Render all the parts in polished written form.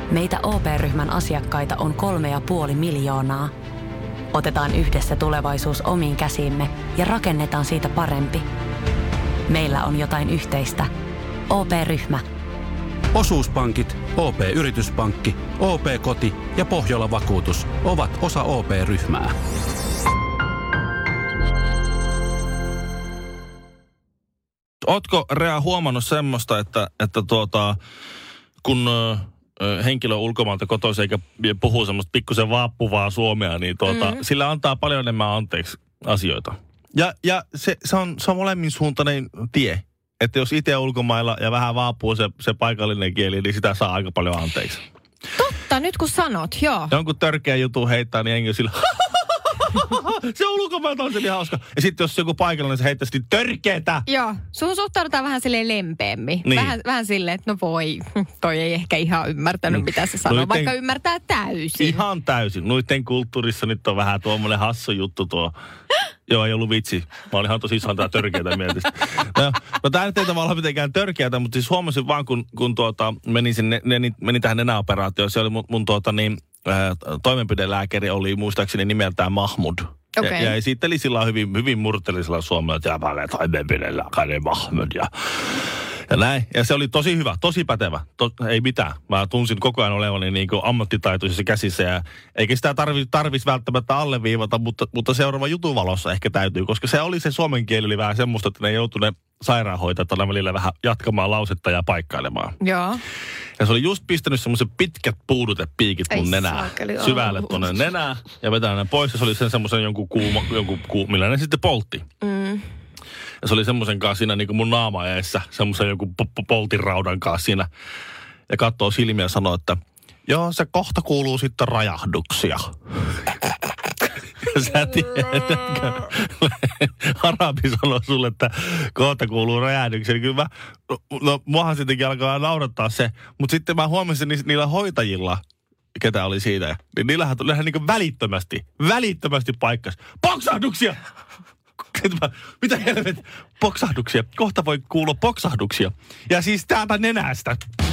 Meitä OP-ryhmän asiakkaita on 3,5 miljoonaa. Otetaan yhdessä tulevaisuus omiin käsiimme ja rakennetaan siitä parempi. Meillä on jotain yhteistä. OP-ryhmä. Osuuspankit, OP-yrityspankki, OP-koti ja Pohjola-vakuutus ovat osa OP-ryhmää. Ootko, Rea, huomannut semmoista, että kun henkilö on ulkomailta kotoisin eikä puhuu semmoista pikkusen vaappuvaa suomea, niin sillä antaa paljon enemmän anteeksi asioita. Ja se on molemmin suuntainen tie. Että jos itse on ulkomailla ja vähän vaapuu se paikallinen kieli, niin sitä saa aika paljon anteeksi. Totta, nyt kun sanot, joo. Jonkun törkeä jutun heittää, niin jengi on sillä... Se on ulkomailta, on se niin hauska. Ja sitten jos joku paikallinen, se heittää sitten törkeetä. Joo, sun suhtaudutaan vähän silleen lempeämmin. Niin. Vähän silleen, että no voi, toi ei ehkä ihan ymmärtänyt, mitä se sanoo, vaikka ymmärtää täysin. Ihan täysin. Noiden kulttuurissa nyt on vähän tuommoinen hassu juttu tuo. Joo, ei ollut vitsi. Mä olin ihan tosissaan tää törkeätä mietistä. No tää nyt ei tavallaan mitenkään törkeätä, mutta siis huomasin vaan, kun menin tähän nenäoperaatioon, se oli mun toimenpidelääkäri oli muistaakseni nimeltään Mahmud. Okay. Ja esitteli sillä hyvin, hyvin murteellisella suomella, että mä olen toimenpidelääkäri Mahmud ja näin. Ja se oli tosi hyvä, tosi pätevä. Ei mitään. Mä tunsin koko ajan olevani niin kuin ammattitaitoisissa käsissä. Ja eikä sitä tarvitsisi välttämättä alleviivata, mutta seuraava jutun valossa ehkä täytyy. Koska se oli se suomen kieli oli vähän semmoista, että ne joutui ne sairaanhoitajat aina välillä vähän jatkamaan lausetta ja paikkailemaan. Joo. Ja se oli just pistänyt semmoiset pitkät puudutepiikit mun nenää. Syvälle tuonne nenää ja vetänyt ne pois. Ja se oli sen semmoisen jonkun millä ne sitten poltti. Mm. Ja se oli semmoisen kanssa siinä niin kuin mun naama eessä, semmoisen joku poltin raudan kanssa siinä. Ja katsoo silmiä ja sanoo, että joo, se kohta kuuluu sitten rajahduksia. Ja sä tiedät, että arabi sanoo sulle, että kohta kuuluu räjähdyksiä. Niin kyllä muahan sittenkin alkaa naurattaa se. Mutta sitten mä huomasin niillä hoitajilla, ketä oli siitä, niin niillähän niin välittömästi paikkas. Poksahduksia! Mitä helvet? Poksahduksia. Kohta voi kuulla poksahduksia. Ja siis täältä nenästä.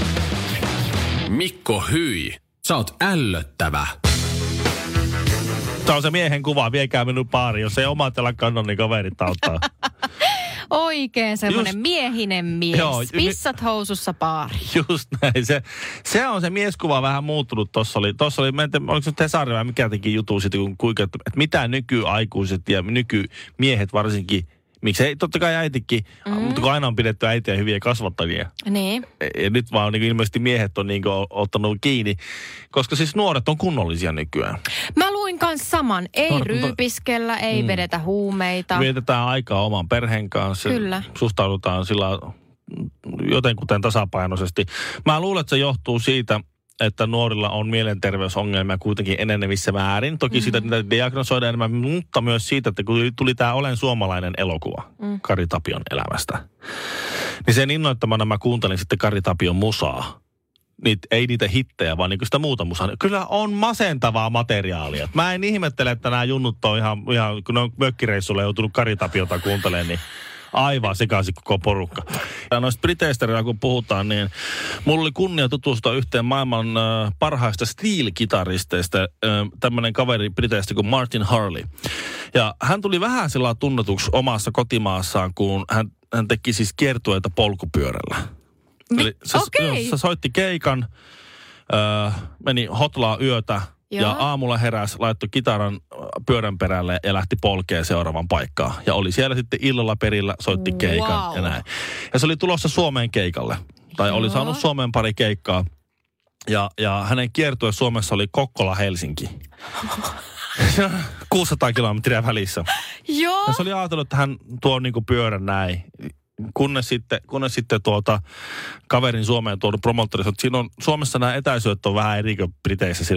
Mikko, hyi. Sä oot ällöttävä. Tämä on se miehen kuva. Viekää minun baariin. Jos ei omaa tällä kannon, niin kaverit auttaa. Oikein semmoinen miehinen mies. Joo, pissat housussa baari. Just näin. Se on se mieskuva vähän muuttunut. Tossa oli oliko se Hesari vai mikä teki jutun siitä, että mitä nykyaikuiset ja nykymiehet varsinkin, miksei totta kai äitikin, mutta kun aina on pidetty äitiä hyviä kasvattajia. Niin. Ja nyt vaan niin ilmeisesti miehet on niin ottanut kiinni, koska siis nuoret on kunnollisia nykyään. Mä luin kans saman. Ei ryypiskellä, ei vedetä huumeita. Vietetään aikaa oman perheen kanssa. Kyllä. Suhtaudutaan sillä jotenkuten tasapainoisesti. Mä luulen, että se johtuu siitä, että nuorilla on mielenterveysongelmia kuitenkin enenevissä määrin. Toki siitä niitä diagnosoidaan enemmän, mutta myös siitä, että kun tuli tämä Olen suomalainen elokuva Kari Tapion elämästä, niin sen innoittamana mä kuuntelin sitten Kari Tapion musaa. Ei niitä hittejä, vaan niinku sitä muuta musaa. Kyllä on masentavaa materiaalia. Mä en ihmettele, että nämä junnut on ihan kun ne on mökkireissulla joutunut Kari Tapiota kuuntelemaan, niin aivan sekaisin koko porukka. Ja noista briteistä, kun puhutaan, niin mulla oli kunnia tutustua yhteen maailman parhaista steel-kitaristeista, tämmöinen kaveri briteistä kuin Martin Harley. Ja hän tuli vähän sillä tunnetuksi omassa kotimaassaan, kun hän teki siis kiertueita polkupyörällä. Eli se soitti keikan, meni hotlaa yötä. Ja aamulla heräsi, laittoi kitaran pyörän perälle ja lähti polkeen seuraavan paikkaan. Ja oli siellä sitten illalla perillä, soitti keikan ja näin. Ja se oli tulossa Suomeen keikalle. Tai oli saanut Suomeen pari keikkaa. Ja hänen kiertue Suomessa oli Kokkola-Helsinki. 600 kilometriä välissä. Joo. Ja se oli ajatellut, että hän tuo niinku pyörän näin. Kunnes sitten kaverin Suomeen tuonut promottorissa, että Suomessa nämä etäisyydet on vähän eri kuin Briteissä.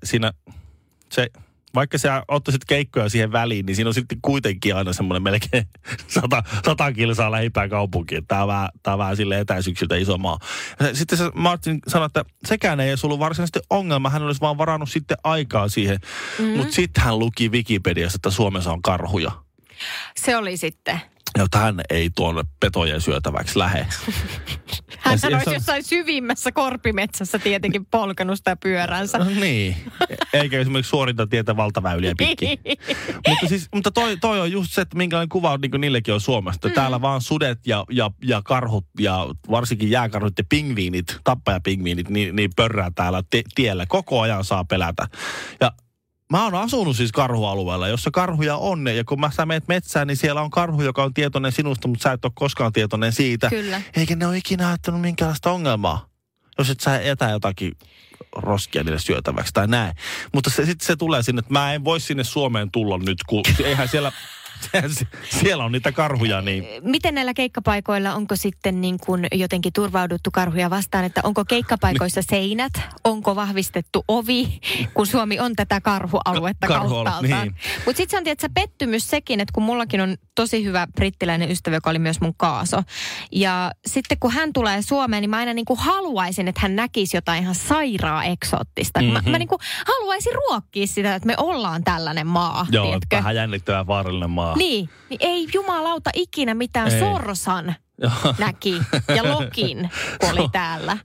Vaikka sä ottaisit keikkoja siihen väliin, niin siinä on sitten kuitenkin aina semmoinen melkein 100 kilsaa lähimpään kaupunkiin. Tämä on vähän silleen etäisyyksiltä iso maa. Sitten se Martin sanoi, että sekään ei olisi ollut varsinaisesti ongelma. Hän olisi vaan varannut sitten aikaa siihen. Mutta sitten hän luki Wikipediassa, että Suomessa on karhuja. Se oli sitten. Jotta hän ei tuonne petojen syötäväksi lähde. Hän olisi jossain syvimmässä korpimetsässä tietenkin polkenut sitä pyöränsä. Niin, eikä esimerkiksi suorinta tietä valtaväyliä pitkin. Mutta toi on just se, että minkälainen kuva niin niillekin on Suomesta. Täällä vaan sudet ja karhut ja varsinkin jääkarhut ja pingviinit, tappajapingviinit, niin pörrää täällä tiellä. Koko ajan saa pelätä. Ja mä oon asunut siis karhualueella, jossa karhuja on, ja kun sä menet metsään, niin siellä on karhu, joka on tietoinen sinusta, mutta sä et ole koskaan tietoinen siitä. Kyllä. Eikä ne ole ikinä ajattanut minkäänlaista ongelmaa, jos et sä jätä jotakin roskia niille syötäväksi tai näin. Mutta sitten se tulee sinne, että mä en voi sinne Suomeen tulla nyt, kun eihän siellä on niitä karhuja. Niin. Miten näillä keikkapaikoilla, onko sitten niin kuin jotenkin turvauduttu karhuja vastaan, että onko keikkapaikoissa seinät, onko vahvistettu ovi, kun Suomi on tätä karhualuetta kauttaaltaan. Niin. Mutta sitten se on tietysti pettymys sekin, että kun mullakin on tosi hyvä brittiläinen ystävä, joka oli myös mun kaaso. Ja sitten kun hän tulee Suomeen, niin mä aina niin kuin haluaisin, että hän näkisi jotain ihan sairaan eksoottista. Mm-hmm. Mä niin kuin haluaisin ruokkia sitä, että me ollaan tällainen maa. Joo, tiedätkö? Vähän jännittävä vaarallinen maa. Niin ei jumalauta ikinä mitään sorsan näki ja lokin, kun oli täällä.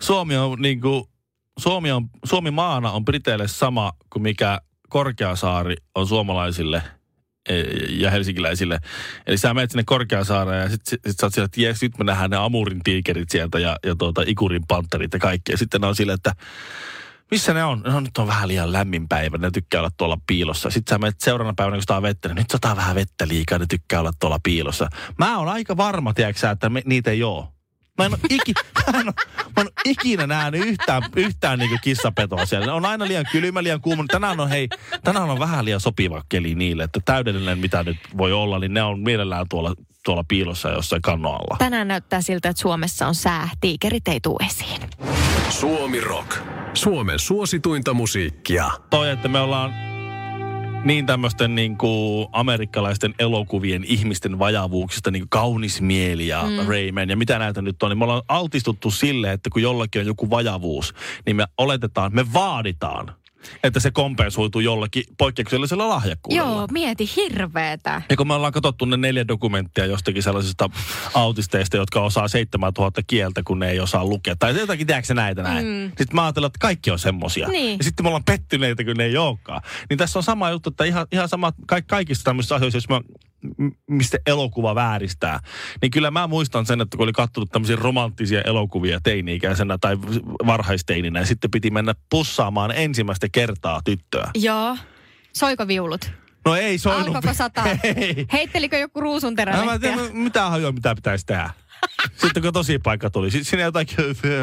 Suomi maana on Briteille sama kuin mikä Korkeasaari on suomalaisille ja helsinkiläisille. Eli sä menet sinne Korkeasaareen ja sit sä oot siellä, että jes, nyt me nähdään ne Amurin tiikerit sieltä ja Ikurin panterit ja kaikki. Ja sitten ne on silleen, että missä ne on? No nyt on vähän liian lämmin päivä, ne tykkää olla tuolla piilossa. Sitten sä menet seuraavana päivänä, kun saa vettä, niin nyt sataa vähän vettä liikaa, ne tykkää olla tuolla piilossa. Mä oon aika varma, tiedätkö että niitä ei oo. Mä en ole ikinä nähnyt yhtään niin kuin kissapetoa siellä. Ne on aina liian kylmä, liian kuuma. Tänään on vähän liian sopiva keli niille, että täydellinen mitä nyt voi olla, niin ne on mielellään tuolla piilossa jossain kannon alla. Tänään näyttää siltä, että Suomessa on sää. Tiikerit ei tule esiin. Suomi Rock. Suomen suosituinta musiikkia. Toi, että me ollaan niin tämmöisten niin kuin amerikkalaisten elokuvien ihmisten vajavuuksista, niin kuin Kaunis mieli ja Rayman ja mitä näitä nyt on, niin me ollaan altistuttu sille, että kun jollakin on joku vajavuus, niin me vaaditaan, että se kompensoituu jollakin poikkeuksellisella lahjakkuudella. Joo, mieti hirveetä. Ja kun me ollaan katsottu ne 4 dokumenttia jostakin sellaisista autisteista, jotka osaa 7000 kieltä, kun ne ei osaa lukea. Tai jotakin, tiedätkö näitä näin? Sitten mä ajattelen, että kaikki on semmosia. Niin. Ja sitten me ollaan pettyneitä, kun ne ei olekaan. Niin tässä on sama juttu, että ihan sama kaikissa tämmöisissä asioissa, mistä elokuva vääristää. Niin kyllä mä muistan sen, että kun oli katsonut tämmöisiä romanttisia elokuvia teini-ikäisenä tai varhaisteininä, ja sitten piti mennä pussaamaan ensimmäistä kertaa tyttöä. Joo. Soiko viulut? No ei soinut. Alkoiko sataa? Ei. Heittelikö joku ruusunterälehtiä? Mä en tiedä, mitä hajoa, mitä pitäisi tehdä. Sitten kun tosi paikka tuli, siinä jotakin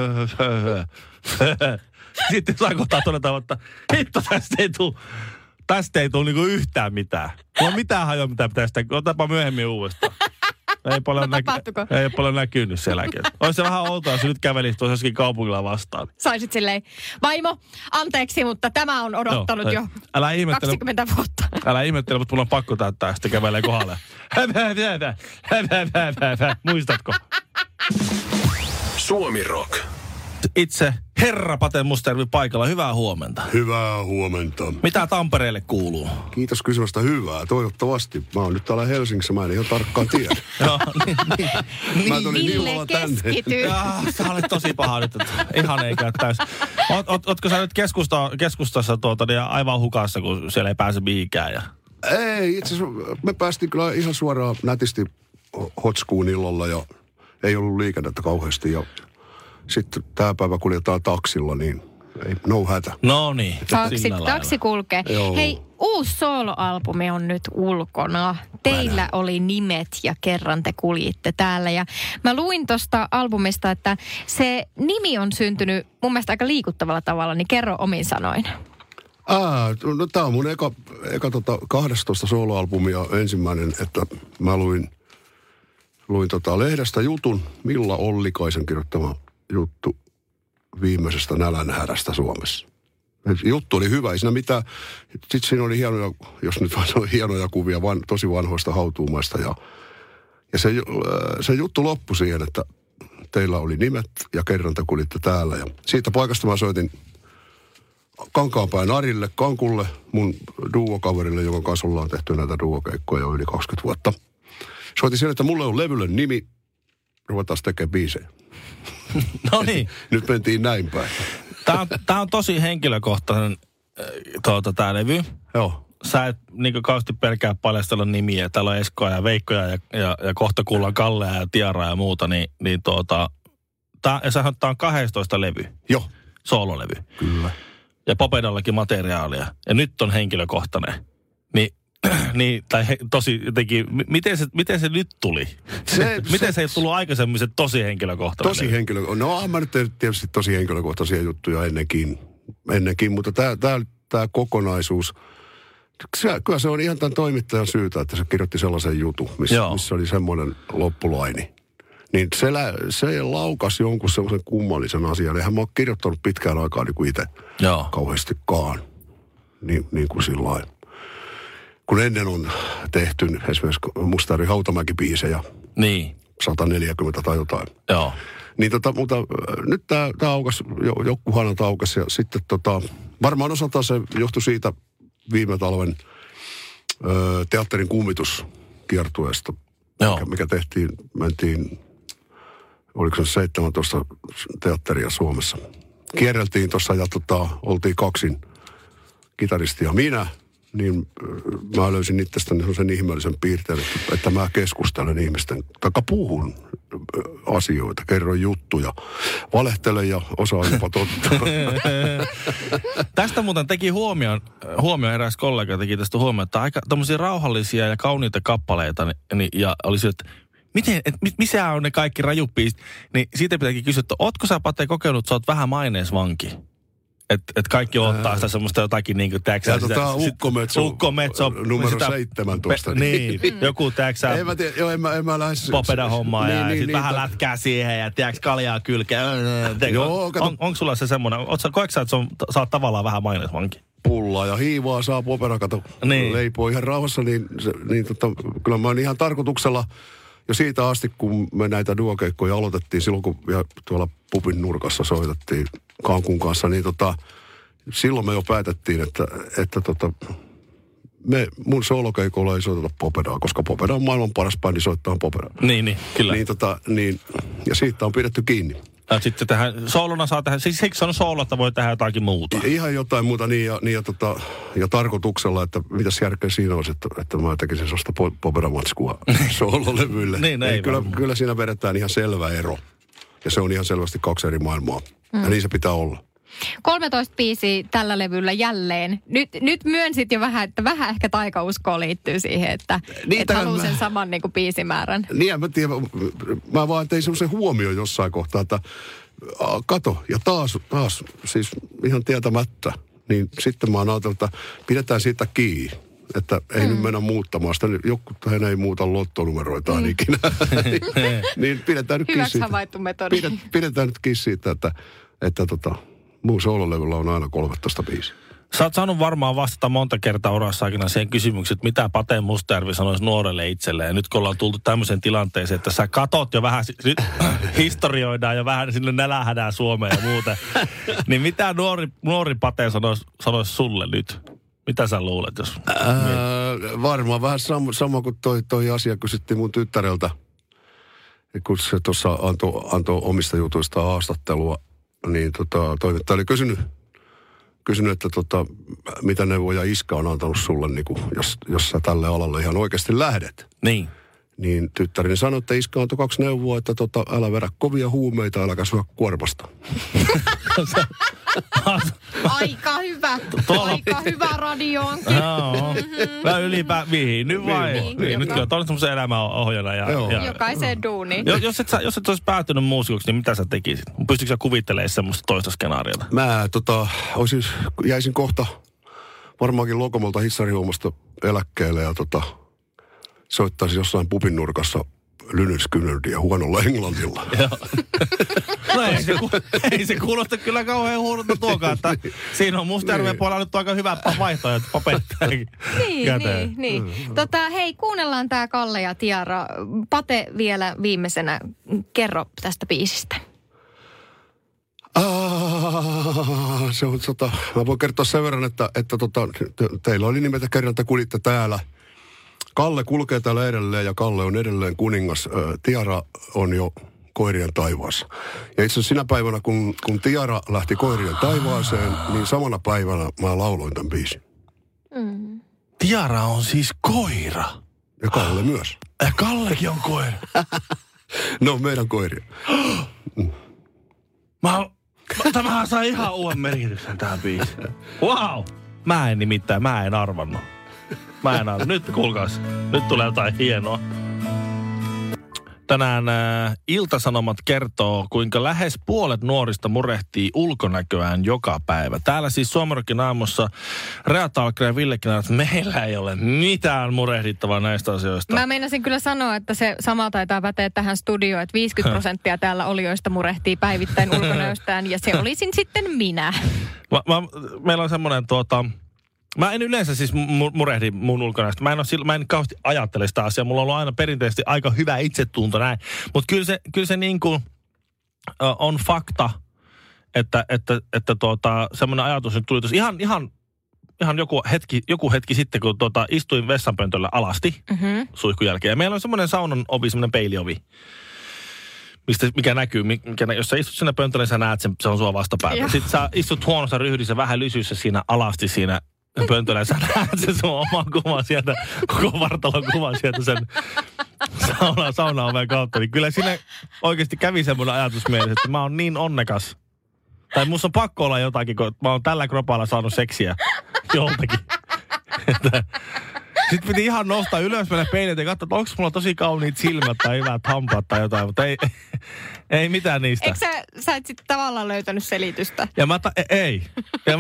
sitten saa kohtaa todeta, että hitto, tästä ei tule niinku yhtään mitään. Mulla on mitään hajoa, mitä pitäisi tehdä. Otapa myöhemmin uudestaan. Ei paljon näkynyt sielläkin. Olisi se vähän outoa, jos nyt kävelisi tuossa jossakin kaupungilla vastaan. Saisit silleen, vaimo, anteeksi, mutta tämä on odottanut jo 20 vuotta. Älä ihmettele, mutta mulla on pakko täyttää, sitten kävelee kohdalle. Muistatko? Suomi Rock. Itse herra Pate Mustervi paikalla. Hyvää huomenta. Hyvää huomenta. Mitä Tampereelle kuuluu? Kiitos kysymästä. Hyvää. Toivottavasti. Mä oon nyt täällä Helsingissä. Mä en ihan tarkkaan tiedä. Joo, niin. Mä tulin illalla tänne. Sä olet tosi paha nyt. Ihan ei käy täys. Ootko sä nyt keskustassa aivan hukassa, kun siellä ei pääse mihinkään? Ja... Ei, itse asiassa me päästiin kyllä ihan suoraan nätisti Hotskuun illalla ja ei ollut liikennettä kauheasti ja sitten tämä päivä kuljetaan taksilla, niin ei, no hätä. No niin. Taksi kulkee. Joo. Hei, uusi soloalbumi on nyt ulkona. Teillä oli nimet ja kerran te kuljitte täällä. Ja mä luin tuosta albumista, että se nimi on syntynyt mun mielestä aika liikuttavalla tavalla, niin kerro omin sanoin. No tää on mun eka 12 soloalbumia ensimmäinen, että mä luin lehdestä jutun, Milla Ollikaisen kirjoittama juttu viimeisestä nälänhädästä Suomessa. Juttu oli hyvä, ei siinä mitään. Sitten siinä oli hienoja, jos nyt vaan hienoja kuvia, tosi vanhoista hautuumaista. Ja se juttu loppui siihen, että teillä oli nimet ja kerran te kulitte täällä. Ja siitä paikasta mä soitin Kankaanpään Arille, Kankulle, mun duokaverille, jonka kanssa ollaan tehty näitä duokeikkoja jo yli 20 vuotta. Soitin siellä, että mulle on levylle nimi, ruvetaan tekemään biisejä. No niin. Nyt mentiin näin päin. Tää on tosi henkilökohtainen tää levy. Joo. Sä et niin kauheasti pelkää paljastella nimiä. Täällä on Eskoa ja Veikkoja ja kohta kuullaan Kallea ja Tiaraa ja muuta. Ja sähän tää on 12 levy. Joo. Soololevy. Kyllä. Ja Popedallakin materiaalia. Ja nyt on henkilökohtainen. Tosi jotenkin, miten se nyt tuli? Miten se ei tullut aikaisemmin se tosi henkilökohtainen? Tosi henkilökohtainen. No mä nyt tietysti tosi henkilökohtaisia juttuja ennenkin, mutta tämä kokonaisuus, kyllä se on ihan tämän toimittajan syytä, että se kirjoitti sellaisen jutun, missä oli semmoinen loppulaini. Niin se laukas jonkun semmoisen kummallisen asian. Eihän mä oon kirjoittanut pitkään aikaa niin kuin itse kauheastikaan. Niin kuin sillain. Kun ennen on tehty esimerkiksi Mustari Hautamäki-biisejä. Niin. 140 tai jotain. Joo. Niin mutta nyt tää aukas, joku hanat aukas ja sitten varmaan osaltaan se johtui siitä viime talven teatterin kummituskiertueesta. Mikä mentiin, oliko se 17 teatteria Suomessa. Kierreltiin tuossa ja oltiin kaksin, kitaristi ja minä. Niin mä löysin itsestäni sellaisen ihmeellisen piirteen, että mä keskustelen ihmisten, taikka puhun asioita, kerron juttuja, valehtelen ja osaan jopa totta. Tästä muuten teki huomioon eräs kollega teki tästä huomioon, että aika tommosia rauhallisia ja kauniita kappaleita, ja oli se, että missä on ne kaikki rajupiisit, niin siitä pitääkin kysyä, että ootko sä, Pate, kokenut, että sä oot vähän maineesvanki? Että kaikki ottaa sitä semmoista jotakin niin kuin tääksää. Ja Ukkometso numero 17. Niin, joku tääksää. En mä tiedä, en mä lähes. Popeda hommaa ja sit vähän lätkää siihen ja tiedäks kaljaa kylkeä. Onko sulla se semmoinen, koetko sä, että sä oot tavallaan vähän maineesvanki? Pullaa ja hiivaa saa Popeda, kato, leipoo ihan rauhassa, kyllä mä oon ihan tarkoituksella jo siitä asti, kun me näitä duokeikkoja aloitettiin, silloin kun tuolla pubin nurkassa soitettiin Kankun kanssa, niin silloin me jo päätettiin, että mun soolokeikolla ei soiteta Popedaa, koska Popeda on maailman paras bändi soittaa Popedaa. Niin, kyllä. Ja siitä on pidetty kiinni. Ja sitten soolona saa tehdä, siis siksi on soolo, että voi tehdä jotakin muuta. Ihan jotain muuta ja tarkoituksella, että mitäs järkeä siinä olisi, että mä tekisin sellaista Popeda-matskua soololevylle. Kyllä siinä vedetään ihan selvä ero. Ja se on ihan selvästi 2 eri maailmaa. Ja niin se pitää olla. 13 biisiä tällä levyllä jälleen. Nyt myönsit jo vähän, että vähän ehkä taikauskoa liittyy siihen, että haluaa sen saman niin kuin biisimäärän. Niin, mä tiedän. Mä vaan tein semmoisen huomioon jossain kohtaa, että kato, ja taas siis ihan tietämättä, niin sitten mä oon ajatellut, että pidetään siitä kiinni. Että ei nyt mennä muuttamaan sitä. Joku ei muuta lottonumeroitaan ikinä. niin pidetään nyt kiinni siitä. Hyväksi havaittu metodi. Pidetään nyt kiinni siitä, että mun soololevyllä on aina 13 biisiä. Sä oot saanut varmaan vastata monta kertaa urassa aikana siihen kysymykseen, että mitä Pate Mustajärvi sanoisi nuorelle itselleen. Ja nyt kun ollaan tultu tämmöiseen tilanteeseen, että sä katot jo vähän, historioidaan jo vähän sinne nälähädään Suomeen ja muuten. Niin mitä nuori Pate sanoisi sulle nyt? Mitä sä luulet, jos... Varmaan vähän sama kuin toi asia kysyttiin mun tyttäreltä. Kun se tuossa antoi omista jutuista haastattelua, niin toimittaja oli kysynyt, että mitä neuvoja iskä on antanut sulle, niin kuin, jos sä tälle alalle ihan oikeasti lähdet. Niin tyttäreni sanoi, että iskä antoi 2 neuvoa, että älä vedä kovia huumeita, äläkä syö kuormasta. Aika hyvä. Aika hyvä radioonkin. Vähän viihdy vai? Niin, nyt kyllä on semmoisen elämänohjana. Jokaiseen duuniin. Jos et olisi päätynyt muusikoksi, niin mitä sä tekisit? Pystytkö sä kuvittelemaan semmoista toista skenaariota? Mä jäisin kohta varmaankin Lokomolta hissarihuomasta eläkkeelle ja soittaisin jossain pubin nurkassa Lynyrd huonolla englannilla. No ei se kuulosta kyllä kauhean huonolta tuokaan, että siinä on Mustajärven puolella nyt aika hyvä vaihtoehto papettajakin käteen. Niin. Hei, kuunnellaan tää Kalle ja Tiara. Pate vielä viimeisenä, kerro tästä biisistä. Se on mä voin kertoa sen verran, että teillä oli nimeltä kerran, että kulitte täällä Kalle kulkee täällä edelleen ja Kalle on edelleen kuningas. Tiara on jo koirien taivaassa. Ja itse asiassa sinä päivänä, kun Tiara lähti koirien taivaaseen, niin samana päivänä mä lauloin tämän biisin. Tiara on siis koira. Ja Kalle myös. Ja Kallekin on koira. No, meidän koiria. Tämähän sai ihan uuden merkityksen tähän biisiin. Wow! Mä en arvannut. Nyt kuulkaas, nyt tulee jotain hienoa. Tänään Ilta-Sanomat kertoo, kuinka lähes puolet nuorista murehtii ulkonäköään joka päivä. Täällä siis Suomirokin aamussa Rea Talkre ja Villekin, että meillä ei ole mitään murehdittavaa näistä asioista. Mä meinasin kyllä sanoa, että se sama taitaa päteä tähän studioon, että 50% täällä olijoista murehtii päivittäin ulkonäöstään, ja se olisin sitten minä. Meillä on semmoinen mä en yleensä siis murehdi mun ulkonäöstä. Mä en kauheasti ajattele sitä asiaa. Mulla on ollut aina perinteisesti aika hyvä itsetunto näin. Mutta kyllä se niin kuin on fakta, että semmoinen ajatus nyt tuli tuossa ihan joku hetki sitten, kun istuin vessanpöntöllä alasti suihkun jälkeen. Ja meillä on semmoinen saunan ovi, semmoinen peiliovi, mikä näkyy. Jos sä istut siinä pöntöllä, niin sä näet sen, se on sua vastapäätä. Sitten sä istut huonossa ryhdissä vähän lysyissä siinä alasti siinä pöntöllä, sä näet sen sun oman kuvan sieltä, koko vartalon kuvan sieltä sen saunaoven kautta. Niin kyllä siinä oikeasti kävi semmoinen ajatus mielessä, että mä oon niin onnekas. Tai musta on pakko olla jotakin, kun mä oon tällä kropalla saanut seksiä joltakin. Sitten piti ihan nostaa ylös mennä peilin ja katsoa, että onko mulla tosi kauniit silmät tai hyvät hampaat tai jotain, mutta ei mitään niistä. Eikö sä et sitten tavallaan löytänyt selitystä? Ja ei. Ja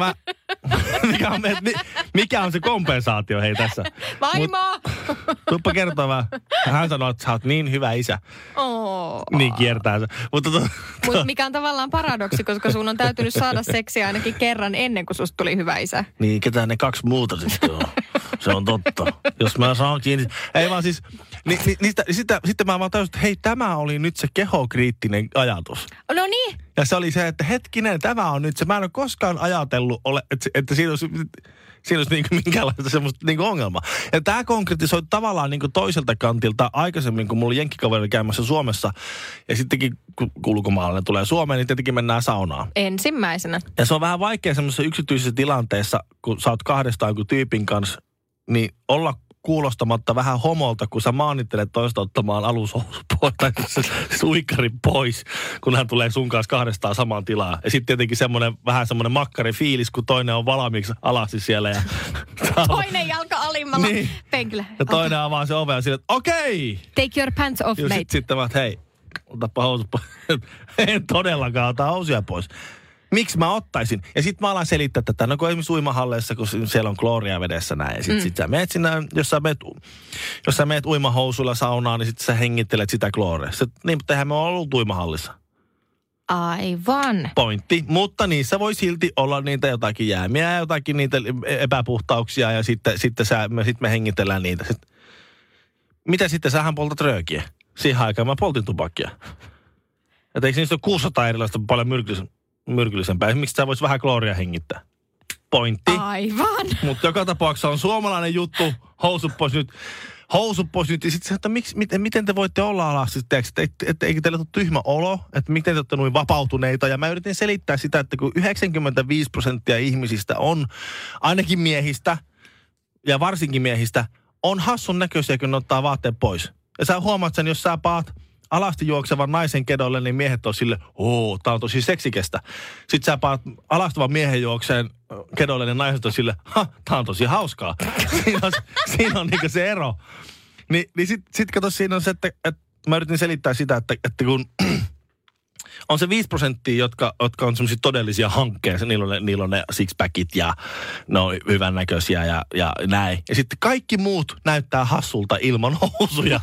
mikä on se kompensaatio hei tässä? Vaimo! Tuppa kertoo vähän. Hän sanoo, että sä oot niin hyvä isä. Niin kiertää se. Mutta mikä on tavallaan paradoksi, koska sun on täytynyt saada seksiä ainakin kerran ennen kuin susta tuli hyvä isä. Niin, ketä ne 2 muuta sitten on. Se on totta. Jos mä saan kiinni. Ei vaan siis, sitten mä vaan tajusin, että hei, tämä oli nyt se kehokriittinen ajatus. No niin. Ja se oli se, että hetkinen, tämä on nyt se. Mä en ole koskaan ajatellut, että siinä olisi niinku minkäänlaista semmoista niinku ongelmaa. Ja tämä konkretisoi tavallaan niinku toiselta kantilta aikaisemmin, kun mulla oli jenkkikaveri käymässä Suomessa. Ja sittenkin, kun ulkomaalainen tulee Suomeen, niin tietenkin mennään saunaan. Ensimmäisenä. Ja se on vähän vaikea semmoisessa yksityisessä tilanteessa, kun sä oot kahdestaan kuin tyypin kanssa, niin olla kuulostamatta vähän homolta, kun sä maanittelet toista ottamaan alushousu pois, tai se uikkarin pois, kun hän tulee sun kanssa kahdestaan samaan tilaan. Ja sitten tietenkin vähän semmoinen makkarifiilis, kun toinen on valmiiksi alasti siellä. Ja toinen jalka alimmalla penkillä. Ja toinen avaa se oven ja sille, että okei! Take your pants off, mate. Sitten mä, että hei, otapa housut pois. En todellakaan ota housuja pois. Miksi mä ottaisin? Ja sitten mä alan selittää tätä. No kun esimerkiksi uimahalleissa, kun siellä on klooria vedessä näin. Ja sit sä meet sinne, jos sä meet uimahousuilla saunaan, niin sitten sä hengittelet sitä klooria. Niin, mutta eihän me ole ollut uimahallissa. Aivan. Pointti. Mutta niissä voi silti olla niitä jotakin jäämiä ja jotakin niitä epäpuhtauksia. Ja sitten me hengitellään niitä. Mitä sitten? Sähän poltat röökiä. Siihen aikaan mä poltin tupakkia. Että eikö niistä ole 600 erilaista paljon myrkyllisempää. Miksi sä vois vähän klooria hengittää? Pointti. Aivan. Mutta joka tapauksessa on suomalainen juttu. Housut pois nyt. Ja sitten että miten te voitte olla alasti, että eikö teille ole tyhmä olo, että miten te olette noin vapautuneita. Ja mä yritin selittää sitä, että kun 95% ihmisistä on, ainakin miehistä ja varsinkin miehistä, on hassun näköisiä, kun ne ottaa vaatteet pois. Ja sä huomaat sen, jos sä paat alasti juoksevan naisen kedolle, niin miehet on sille, tää on tosi seksikestä. Sitten sä paat alastavan miehen juokseen kedolle, niin naiset on sille, tää on tosi hauskaa. Siinä on niinku se ero. Niin sit kato, siinä on se, että mä yritin selittää sitä, että kun on se 5%, jotka on semmoisia todellisia hankkeja, niillä on ne sixpackit ja ne on hyvännäköisiä ja näin. Ja sitten kaikki muut näyttää hassulta ilman housuja.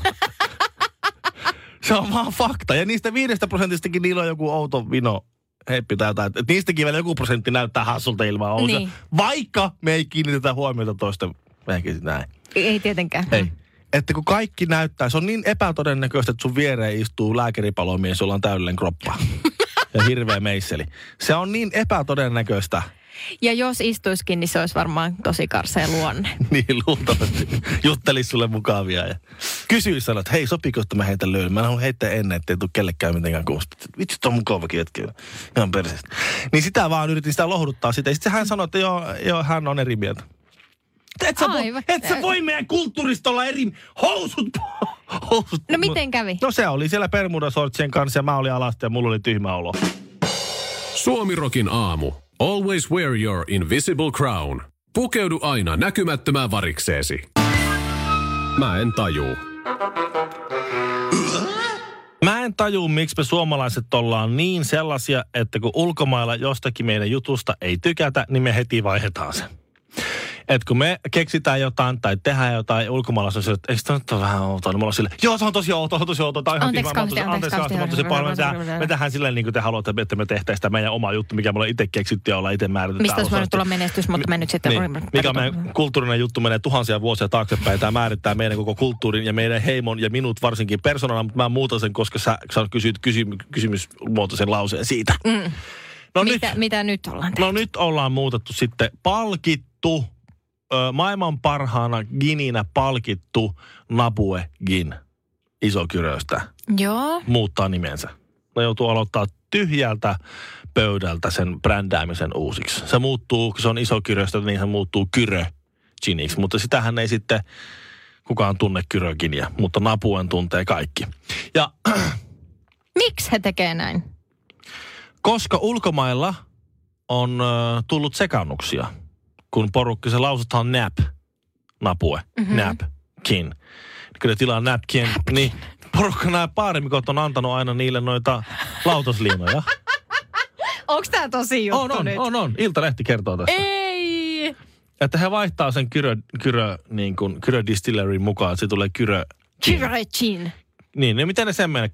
Se on vaan fakta. Ja niistä 5%:stakin niillä on joku outo vino heppi tai jotain. Et niistäkin vielä joku prosentti näyttää hassulta ilman housuja. Niin. Vaikka me ei kiinnitetä huomiota toista. Näin. Ei tietenkään. Ei. Että kun kaikki näyttää, se on niin epätodennäköistä, että sun viereen istuu lääkäripalomies, jolla on täydellinen kroppa. Ja hirveä meisseli. Se on niin epätodennäköistä. Ja jos istuiskin, niin se olisi varmaan tosi karsea luonne. Niin, luultavasti. Juttelisi sulle mukavia ja kysyisi sanoa, että hei, sopiiko, että mä heitän löydyn? Mä en halua heittää ennen, ettei tule kellekään mitenkään kuusta. Vitsi, on mukavakin hetki. Ihan perseestä. Niin sitä vaan yritin sitä lohduttaa sitä. Ja sitten hän sanoi, että joo, hän on eri mieltä. Et sä voi meidän kulttuurista olla eri housut. No miten kävi? No se oli siellä Bermuda-sortsien kanssa ja mä olin alasti ja mulla oli tyhmä olo. Suomi-rokin aamu. Always wear your invisible crown. Pukeudu aina näkymättömään varikseesi. Mä en tajuu. Mä en tajuu, miksi me suomalaiset ollaan niin sellaisia, että kun ulkomailla jostakin meidän jutusta ei tykätä, niin me heti vaihdetaan sen. Että kun me keksitään jotain tai tehdään jotain ulkomaalaisessa, on se, että eikö tämä nyt ole vähän outoa, niin mulla on silleen, joo, se on tosi outoa, tämä on ihan anteeksi kauheasti paljon. Me tehdään silleen, niin kuin te haluatte, että me tehtäisiin sitä meidän oma juttu, mikä me ollaan itse keksitty ja ollaan itse määritetty. Mistä olisi voinut tulla menestys, mutta me nyt sitten... Niin, mikä meidän kulttuurinen juttu menee tuhansia vuosia taaksepäin, tämä määrittää meidän koko kulttuurin ja meidän heimon ja minut varsinkin persoonana, mutta mä muutan sen, koska sä kysyt kysymysmuotoisen lauseen siitä. No mitä nyt ollaan tehty? No nyt ollaan muutettu sitten palkittu. Maailman parhaana gininä palkittu Nabue Gin Isokyröstä. Joo. Muuttaa nimensä. Ne joutuu aloittaa tyhjältä pöydältä sen brändäämisen uusiksi. Se muuttuu, kun se on Isokyröstä, niin se muuttuu Kyrö Giniksi. Mutta sitähän ei sitten kukaan tunne Kyrö Ginia, mutta Nabuen tuntee kaikki. Ja miksi he tekee näin? Koska ulkomailla on tullut sekannuksia. Kun porukki, se lausutaan Nabue, napkin. Kun ne tilaa napkin, niin porukka nämä baarimikot on antanut aina niille noita lautasliinoja. Onks tää tosi juttu nyt? On. Iltalehti kertoo tästä. Ei! Että he vaihtaa sen Kyrö Distillerin mukaan, että se tulee Kyrö Gin. Niin, miten ne sen menee?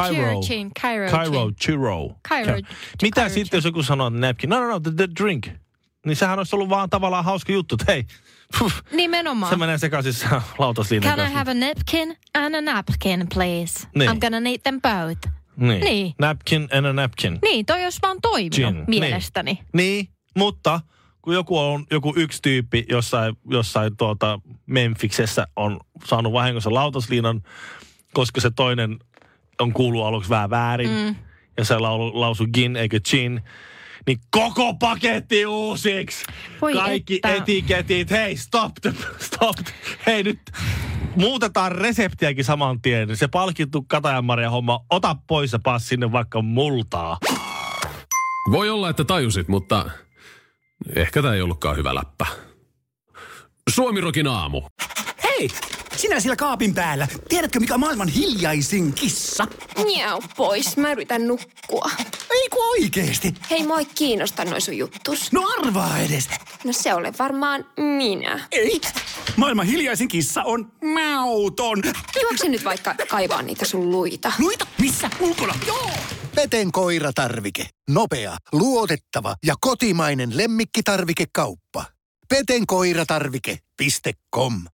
Cairo Churro. Mitä sitten, jos joku sanoo napkin? No, the drink. Niin sehän olisi ollut vaan tavallaan hauska juttu, että hei. Nimenomaan. Se menee sekaisin lautasliinan kanssa. Can I have a napkin and a napkin, please? Niin. I'm gonna need them both. Niin. Napkin and a napkin. Niin, toi olisi vaan toiminut mielestäni. Niin, mutta kun joku yksi tyyppi jossain Memphiksessä on saanut vahingossa lautasliinan, koska se toinen on kuullut aluksi vähän väärin, ja se lausui gin eikä gin, niin koko paketti uusiksi. Kaikki etiketit. Hei, stop. Hei, nyt muutetaan reseptiäkin saman tien. Se palkittu Katajanmarja homma, ota pois ja paas sinne vaikka multaa. Voi olla, että tajusit, mutta ehkä tämä ei ollutkaan hyvä läppä. Suomi-rokin aamu. Hei, sinä siellä kaapin päällä. Tiedätkö, mikä on maailman hiljaisin kissa? Miau pois, mä yritän nukkua. Ei kun oikeesti. Hei, moi kiinnosta noi sun juttus. No arvaa edes. No se olen varmaan minä. Ei, maailman hiljaisin kissa on mauton. Juokse nyt vaikka kaivaa niitä sun luita. Luita? Missä? Ulkona? Joo! Peten koiratarvike. Nopea, luotettava ja kotimainen lemmikkitarvikekauppa. petenkoiratarvike.com